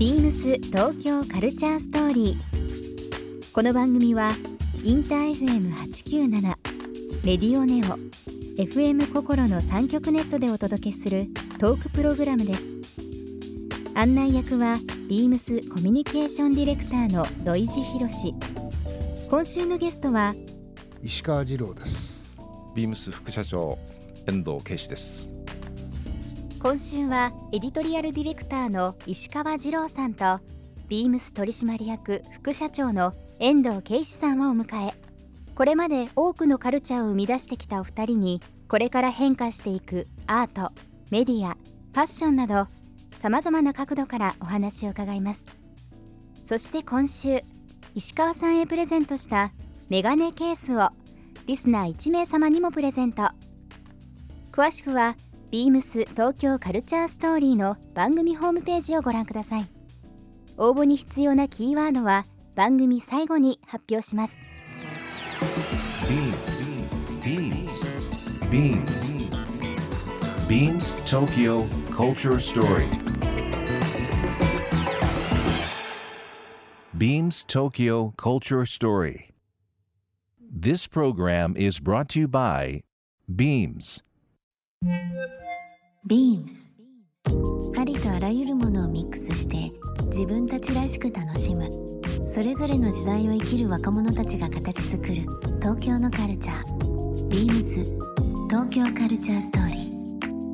ビームス東京カルチャーストーリー。この番組はインター FM897 レディオネオ FM 心の3極ネットでお届けするトークプログラムです。案内役はビームスコミュニケーションディレクターの土井博志。今週のゲストは石川二郎です。 ビームス副社長遠藤圭司です。 今週はエディトリアルディレクターの石川二郎さんとビームス取締役副社長の遠藤圭司さんをお迎え、これまで多くのカルチャーを生み出してきたお二人に、これから変化していくアート、メディア、ファッションなどさまざまな角度からお話を伺います。そして今週、石川さんへプレゼントしたメガネケースをリスナー1名様にもプレゼント。詳しくはビームス東京カルチャーストーリーの番組ホームページをご覧ください。応募に必要なキーワードは番組最後に発表します。 Beams Tokyo Culture Story. Beams Tokyo Culture Story. This program is brought to you by Beams. Beams ありとあらゆるものをミックスして自分たちらしく楽しむ、それぞれの時代を生きる若者たちが形作る東京のカルチャー。 Beams 東京カルチャーストーリー。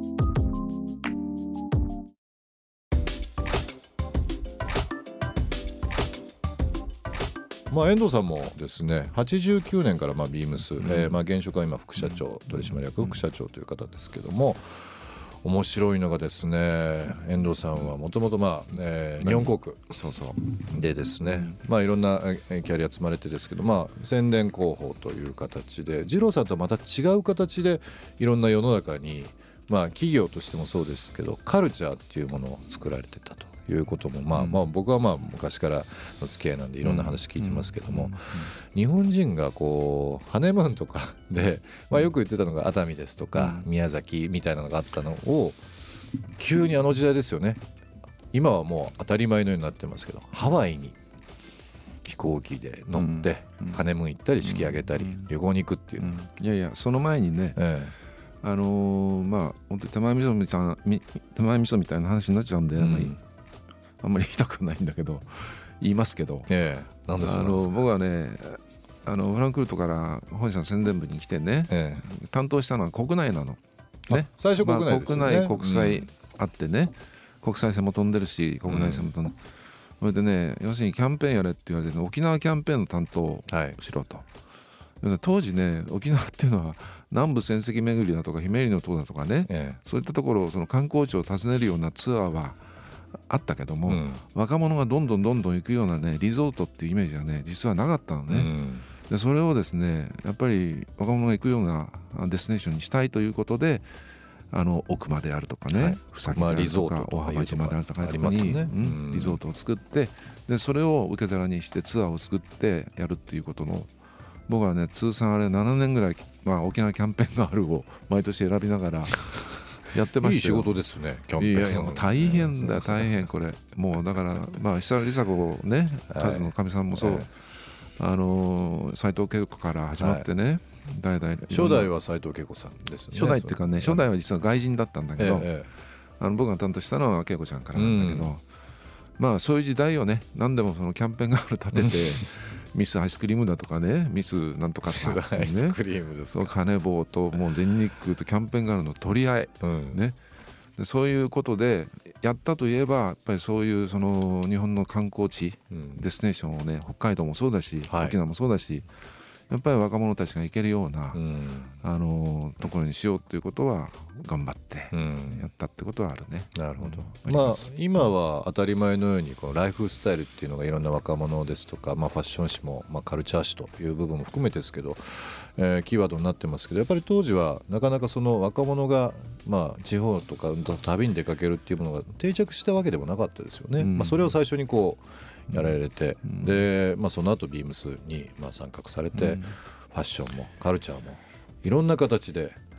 遠藤さんもですね、89年からビームス、現職は今副社長、取締役副社長という方ですけども、面白いのがですね、遠藤さんはもともと日本航空でですね、いろんなキャリア積まれてですけど、宣伝広報という形で、二郎さんとはまた違う形でいろんな世の中に、企業としてもそうですけどカルチャーっていうものを作られてたということも、僕は昔からの付き合いなんでいろんな話聞いてますけども、日本人がこうハネムーンとかで、よく言ってたのが熱海ですとか、宮崎みたいなのがあったのを、急にあの時代ですよね、今はもう当たり前のようになってますけど、ハワイに飛行機で乗って、ハネムーン行ったり式挙げたり、旅行に行くっていう、 いやいや、その前にね、本当に手前味噌みたいな話になっちゃうんで、あんまり言いたくないんだけど言いますけど、 なんですか。 僕はね、フランクフルトから本社の宣伝部に来てね、担当したのは国内なの、ね、 最初国内ですよね。 国内国際あってね、国際線も飛んでるし国内線も飛んでる、それでね、要するにキャンペーンやれって言われて、沖縄キャンペーンの担当をしろと、当時ね、沖縄っていうのは南部戦跡巡りだとかひめゆりの塔だとかね、そういったところをその観光地を訪ねるようなツアーはあったけども、若者がどんどん行くようなね、リゾートっていうイメージがね、実はなかったのね、でそれをですね、やっぱり若者が行くようなデスティネーションにしたいということで、奥まであるとかね、ふさぎであるとか、大浜島であるとかに、リゾートを作って、でそれを受け皿にしてツアーを作ってやるっていうことの、僕はね、通算あれ7年ぐらい、沖縄キャンペーンガールを毎年選びながらやってましたよ。 いい仕事ですね、キャンペーン。 いやいや、もう大変だよ、大変これ。もうだから久田梨紗子ね、数の神さんもそう、斉藤恵子から始まってね、代々。 初代は斉藤恵子さんですね。 初代っていうかね、初代は実は外人だったんだけど、僕が担当したのは恵子ちゃんからなんだけど、そういう時代をね、何でもそのキャンペーンガール立ててミスアイスクリームだとかね、ミスなんとかとかってね、アイスクリームですか、そう、カネボウともう全日空とキャンペーンガールの取り合い、ね、でそういうことでやったといえば、やっぱりそういうその日本の観光地、デスティネーションをね、北海道もそうだし、沖縄もそうだし、やっぱり若者たちが行けるような、ところにしようということは頑張ってやったってことはあるね。 なるほど。今は当たり前のようにこのライフスタイルっていうのがいろんな若者ですとか、ファッション誌も、カルチャー誌という部分も含めてですけど、キーワードになってますけど、やっぱり当時はなかなかその若者が、地方とか旅に出かけるっていうものが定着したわけでもなかったですよね。それを最初にこうやられて、で、その後ビームスに参画されて、ファッションもカルチャーもいろんな形で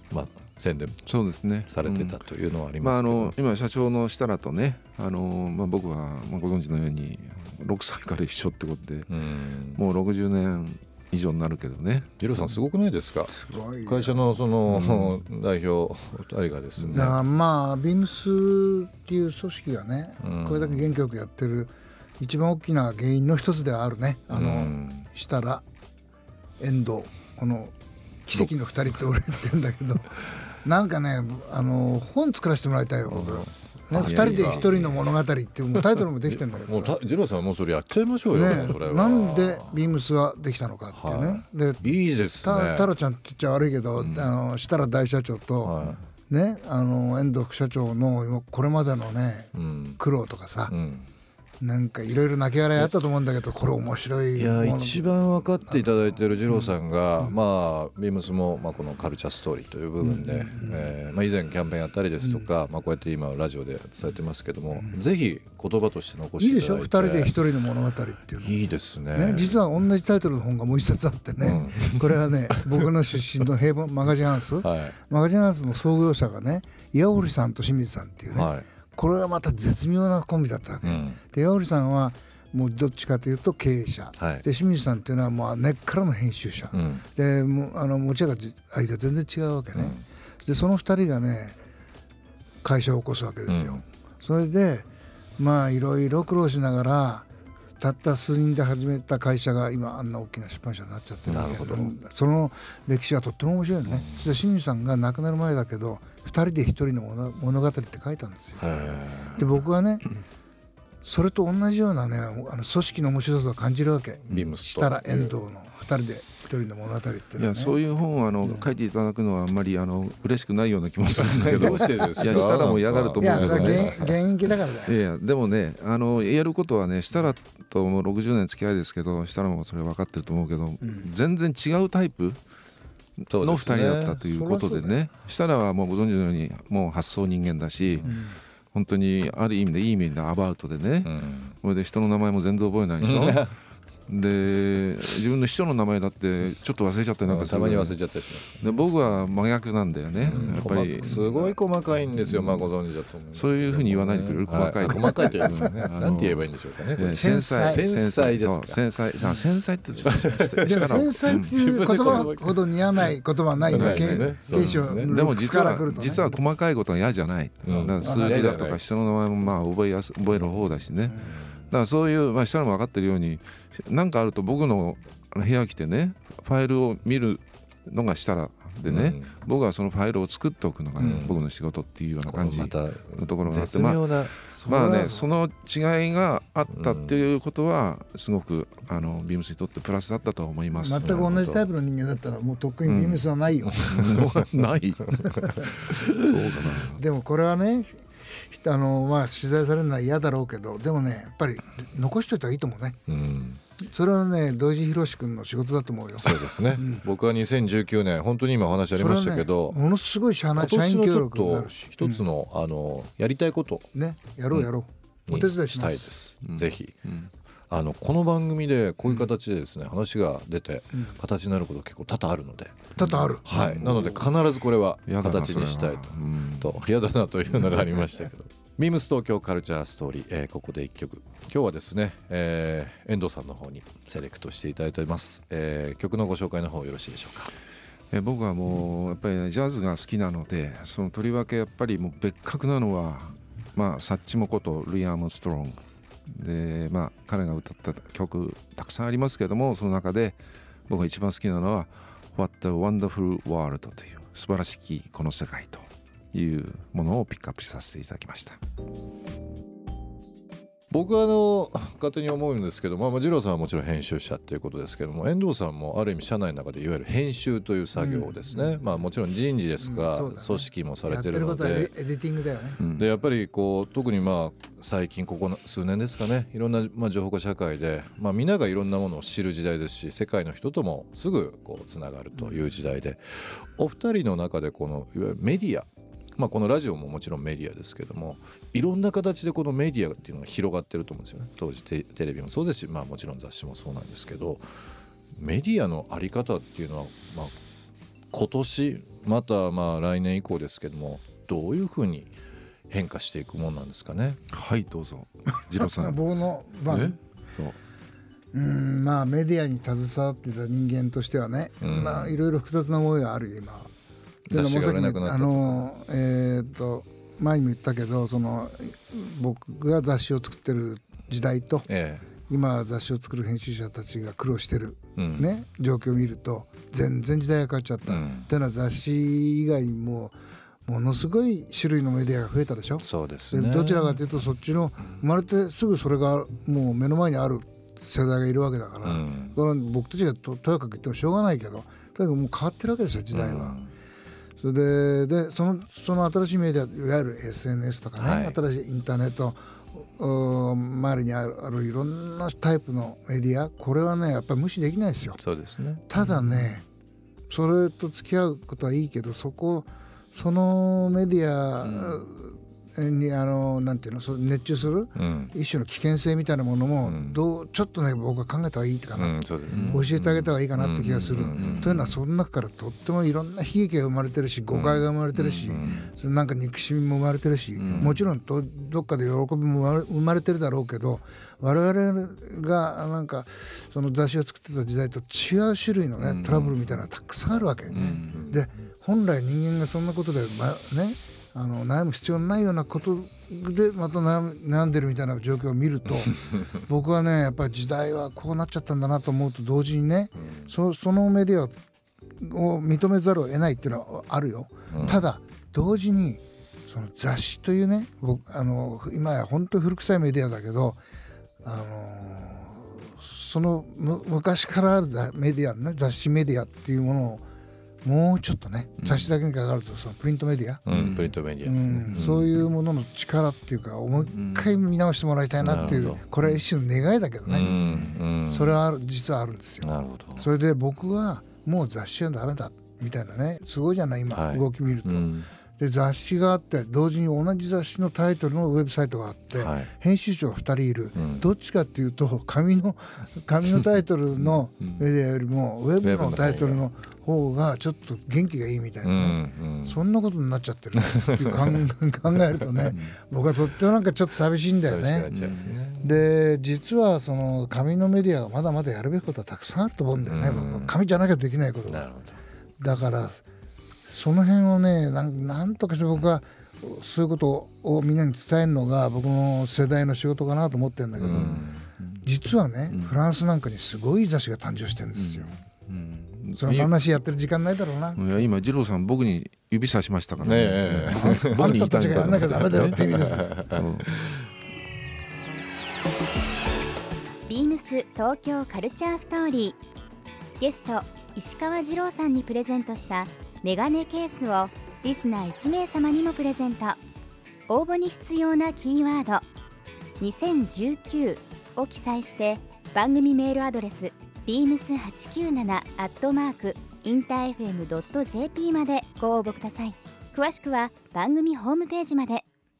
まあ宣伝そうですねされてたというのはありますけど、 今社長の設楽とね、僕はご存知のように6歳から一緒ってことで、もう60年以上になるけどね。 ジローさんすごくないですか。 すごい会社のその、代表2人がですね、 だからまあビームスっていう組織がね、これだけ元気よくやってる一番大きな原因の一つではあるね。設楽、遠藤、この奇跡の2人って俺言ってるんだけどなんかね本作らせてもらいたいよ僕。2人で1人の物語っていうもうタイトルもできてるんだけどさ、 ジローさんはもうそれやっちゃいましょうよ、 ね、 それはなんでビームスはできたのかっていうね、でいいですね。 タラちゃんって言っちゃ悪いけど、設楽大社長と、ね、遠藤副社長のこれまでのね、苦労とかさ、なんかいろいろ泣き笑いあったと思うんだけど、これ面白い。 いや一番分かっていただいている二郎さんが、まあビームスも、このカルチャーストーリーという部分で、以前キャンペーンやったりですとか、こうやって今ラジオで伝えてますけども、ぜひ言葉として残していただいて。 いいでしょ、2人で1人の物語っていうの。 いいですね。 実は同じタイトルの本がもう一冊あってね、これはね僕の出身の平凡マガジンハウス、マガジンハウスの創業者がね岩堀さんと清水さんっていうね、これがまた絶妙なコンビだったわけ、で岩堀さんはもうどっちかというと経営者、で清水さんっていうのはもう根っからの編集者、で持ち上がりが全然違うわけね、でその2人がね会社を起こすわけですよ、それでまあいろいろ苦労しながらたった数人で始めた会社が今あんな大きな出版社になっちゃってるんだけど、その歴史はとっても面白いね。で清水さんが亡くなる前だけど2人で1人の物語って書いたんですよ。で僕はねそれと同じようなね組織の面白さを感じるわけ。設楽遠藤の2人で1人の物語っていうのはね。 いやそういう本を書いていただくのはあんまり嬉しくないような気もするんだけどどうしてですか。 いや設楽も嫌がると思うけどね。 現役だからだよ。 いやでもねやることはね、設楽とも60年付き合いですけど、設楽もそれ分かってると思うけど、全然違うタイプの2人だったということでね、設楽はもうご存知のようにもう発想人間だし、本当にある意味でいい意味でアバウトでね、それで人の名前も全然覚えないでしょで自分の秘書の名前だってちょっと忘れちゃったりなんかする、 たまに忘れちゃったりします、 で僕は真逆なんだよね、やっぱりすごい細かいんですよ、ご存知だと思うんですけど、 そういうふうに言わないでくれる、細かい細かいというかね、なんて言えばいいんでしょうかね、 繊細ですか。 繊細ってちょっとでも繊細っていう言葉ほど似合わない言葉ないだけ、 でも実は細かいことは嫌じゃない、だから数字だとか人の名前も覚える方だしね、だからそういう、設楽も分かってるように何かあると僕の部屋来てねファイルを見るのが設楽でね、僕はそのファイルを作っておくのが、僕の仕事っていうような感じのところがあって、その違いがあったっていうことはすごくビームスにとってプラスだったと思います。 全く同じタイプの人間だったらもうとっくにビームスはないよ、 ないそうかな。 でもこれはね取材されるのは嫌だろうけど、でもねやっぱり残しといた方がいいと思うね、それはね土井博志君の仕事だと思うよ。 そうですね、僕は2019年本当に今お話ありましたけど、 ものすごい社員協力になるし、 一つの、やりたいことねやろう、お手伝いしたいです、ぜひ、この番組でこういう形でですね、話が出て形になること結構多々あるので、なので必ずこれは形にしたいと嫌だなというのがありましたけどビームス東京カルチャーストーリー、ここで1曲、今日はですね、遠藤さんの方にセレクトしていただいております、曲のご紹介の方よろしいでしょうか。 僕はもうやっぱり、ジャズが好きなので、そのとりわけやっぱりもう別格なのは、サッチモことルイ・アームストロングで、彼が歌った曲たくさんありますけども、その中で僕が一番好きなのは What a Wonderful World という素晴らしきこの世界というものをピックアップさせていただきました。 僕は勝手に思うんですけど、二郎さんはもちろん編集者ということですけども、遠藤さんもある意味社内の中でいわゆる編集という作業ですね、もちろん人事ですが、組織もされてるので、 やってることはエディティングだよね、 でやっぱり特に最近ここ数年ですかね、いろんな情報化社会で、皆がいろんなものを知る時代ですし、世界の人ともすぐつながるという時代で、お二人の中でこのいわゆるメディア、このラジオももちろんメディアですけども、いろんな形でこのメディアっていうのが広がってると思うんですよね。当時テレビもそうですし、もちろん雑誌もそうなんですけど、メディアの在り方っていうのは、 今年また来年以降ですけども、どういうふうに変化していくものなんですかね。 はい、どうぞ次郎さん。 僕の番、 そうメディアに携わっていた人間としてはね、いろいろ複雑な思いがあるよ今。 雑誌が売れなくなった前にも言ったけど、僕が雑誌を作ってる時代と、今雑誌を作る編集者たちが苦労してる、状況を見ると全然時代が変わっちゃった、というのは雑誌以外にもものすごい種類のメディアが増えたでしょ。 そうですね。 どちらかというとそっちの生まれてすぐそれがもう目の前にある世代がいるわけだから、それは僕たちがとやかく言ってもしょうがないけど、とにかくもう変わってるわけですよ時代は。それでその新しいメディア、いわゆる SNS とかね、新しいインターネット周りにあるいろんなタイプのメディア、これはねやっぱり無視できないですよ。 そうですね。 ただね、それと付き合うことはいいけど、そのメディアになんていうの、熱中する、一種の危険性みたいなものもちょっとね僕は考えた方がいいかな、教えてあげた方がいいかなって気がする、というのはその中からとってもいろんな悲劇が生まれてるし、誤解が生まれてるし、なんか憎しみも生まれてるし、もちろんどっかで喜びも生まれてるだろうけど、我々がなんかその雑誌を作ってた時代と違う種類のねトラブルみたいなのがたくさんあるわけ、で本来人間がそんなことで悩む必要のないようなことでまた悩んでるみたいな状況を見ると僕はねやっぱり時代はこうなっちゃったんだなと思うと同時にね、そのメディアを認めざるを得ないっていうのはあるよ、ただ同時にその雑誌というね、今や本当に古臭いメディアだけど、その昔からあるメディアね、雑誌メディアっていうものをもうちょっとね、雑誌だけにかかるとそのプリントメディア、 プリントメディアですね、 そういうものの力っていうかもう一回見直してもらいたいなっていう、これは一種の願いだけどね、それは実はあるんですよ。 なるほど。 それで僕はもう雑誌はダメだみたいなね、すごいじゃない今、動き見ると、で雑誌があって同時に同じ雑誌のタイトルのウェブサイトがあって、編集長が2人いる、どっちかっていうと紙のタイトルのメディアよりもウェブのタイトルの方がちょっと元気がいいみたいな、そんなことになっちゃってるっていう考えるとね僕はとってもなんかちょっと寂しいんだよね。で実はその紙のメディアがまだまだやるべきことはたくさんあると思うんだよね、紙じゃなきゃできないことが。だからその辺をねなんとかして僕はそういうことをみんなに伝えるのが僕の世代の仕事かなと思ってるんだけど、実はね、フランスなんかにすごい雑誌が誕生してるんですよ。その話やってる時間ないだろうな。 いや今二郎さん僕に指さしましたからね。 僕に言いたいんだよ。あんたたちがやんなきゃダメだよって意味で。 ビームス東京カルチャーストーリー、ゲスト石川二郎さんにプレゼントしたメガネケースをリスナー1名様にもプレゼント。応募に必要なキーワード2019を記載して番組メールアドレス beams897@interfm.jp までご応募ください。詳しくは番組ホームページまで。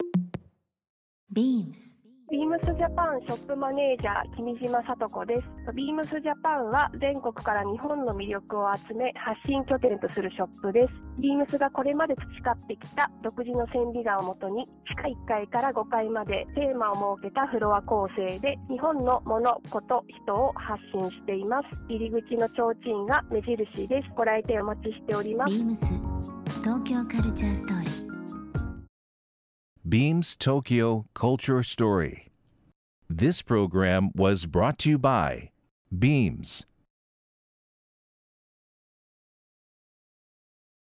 BEAMS ビームスジャパンショップマネージャー君島聡子です。ビームスジャパンは全国から日本の魅力を集め発信拠点とするショップです。ビームスがこれまで培ってきた独自の線美画をもとに地下1階から5階までテーマを設けたフロア構成で日本の物、こと、人を発信しています。入り口の提灯が目印です。ご来店お待ちしております。 BEAMS 東京カルチャーストーリー Beams Tokyo Culture Story. This program was brought to you by Beams.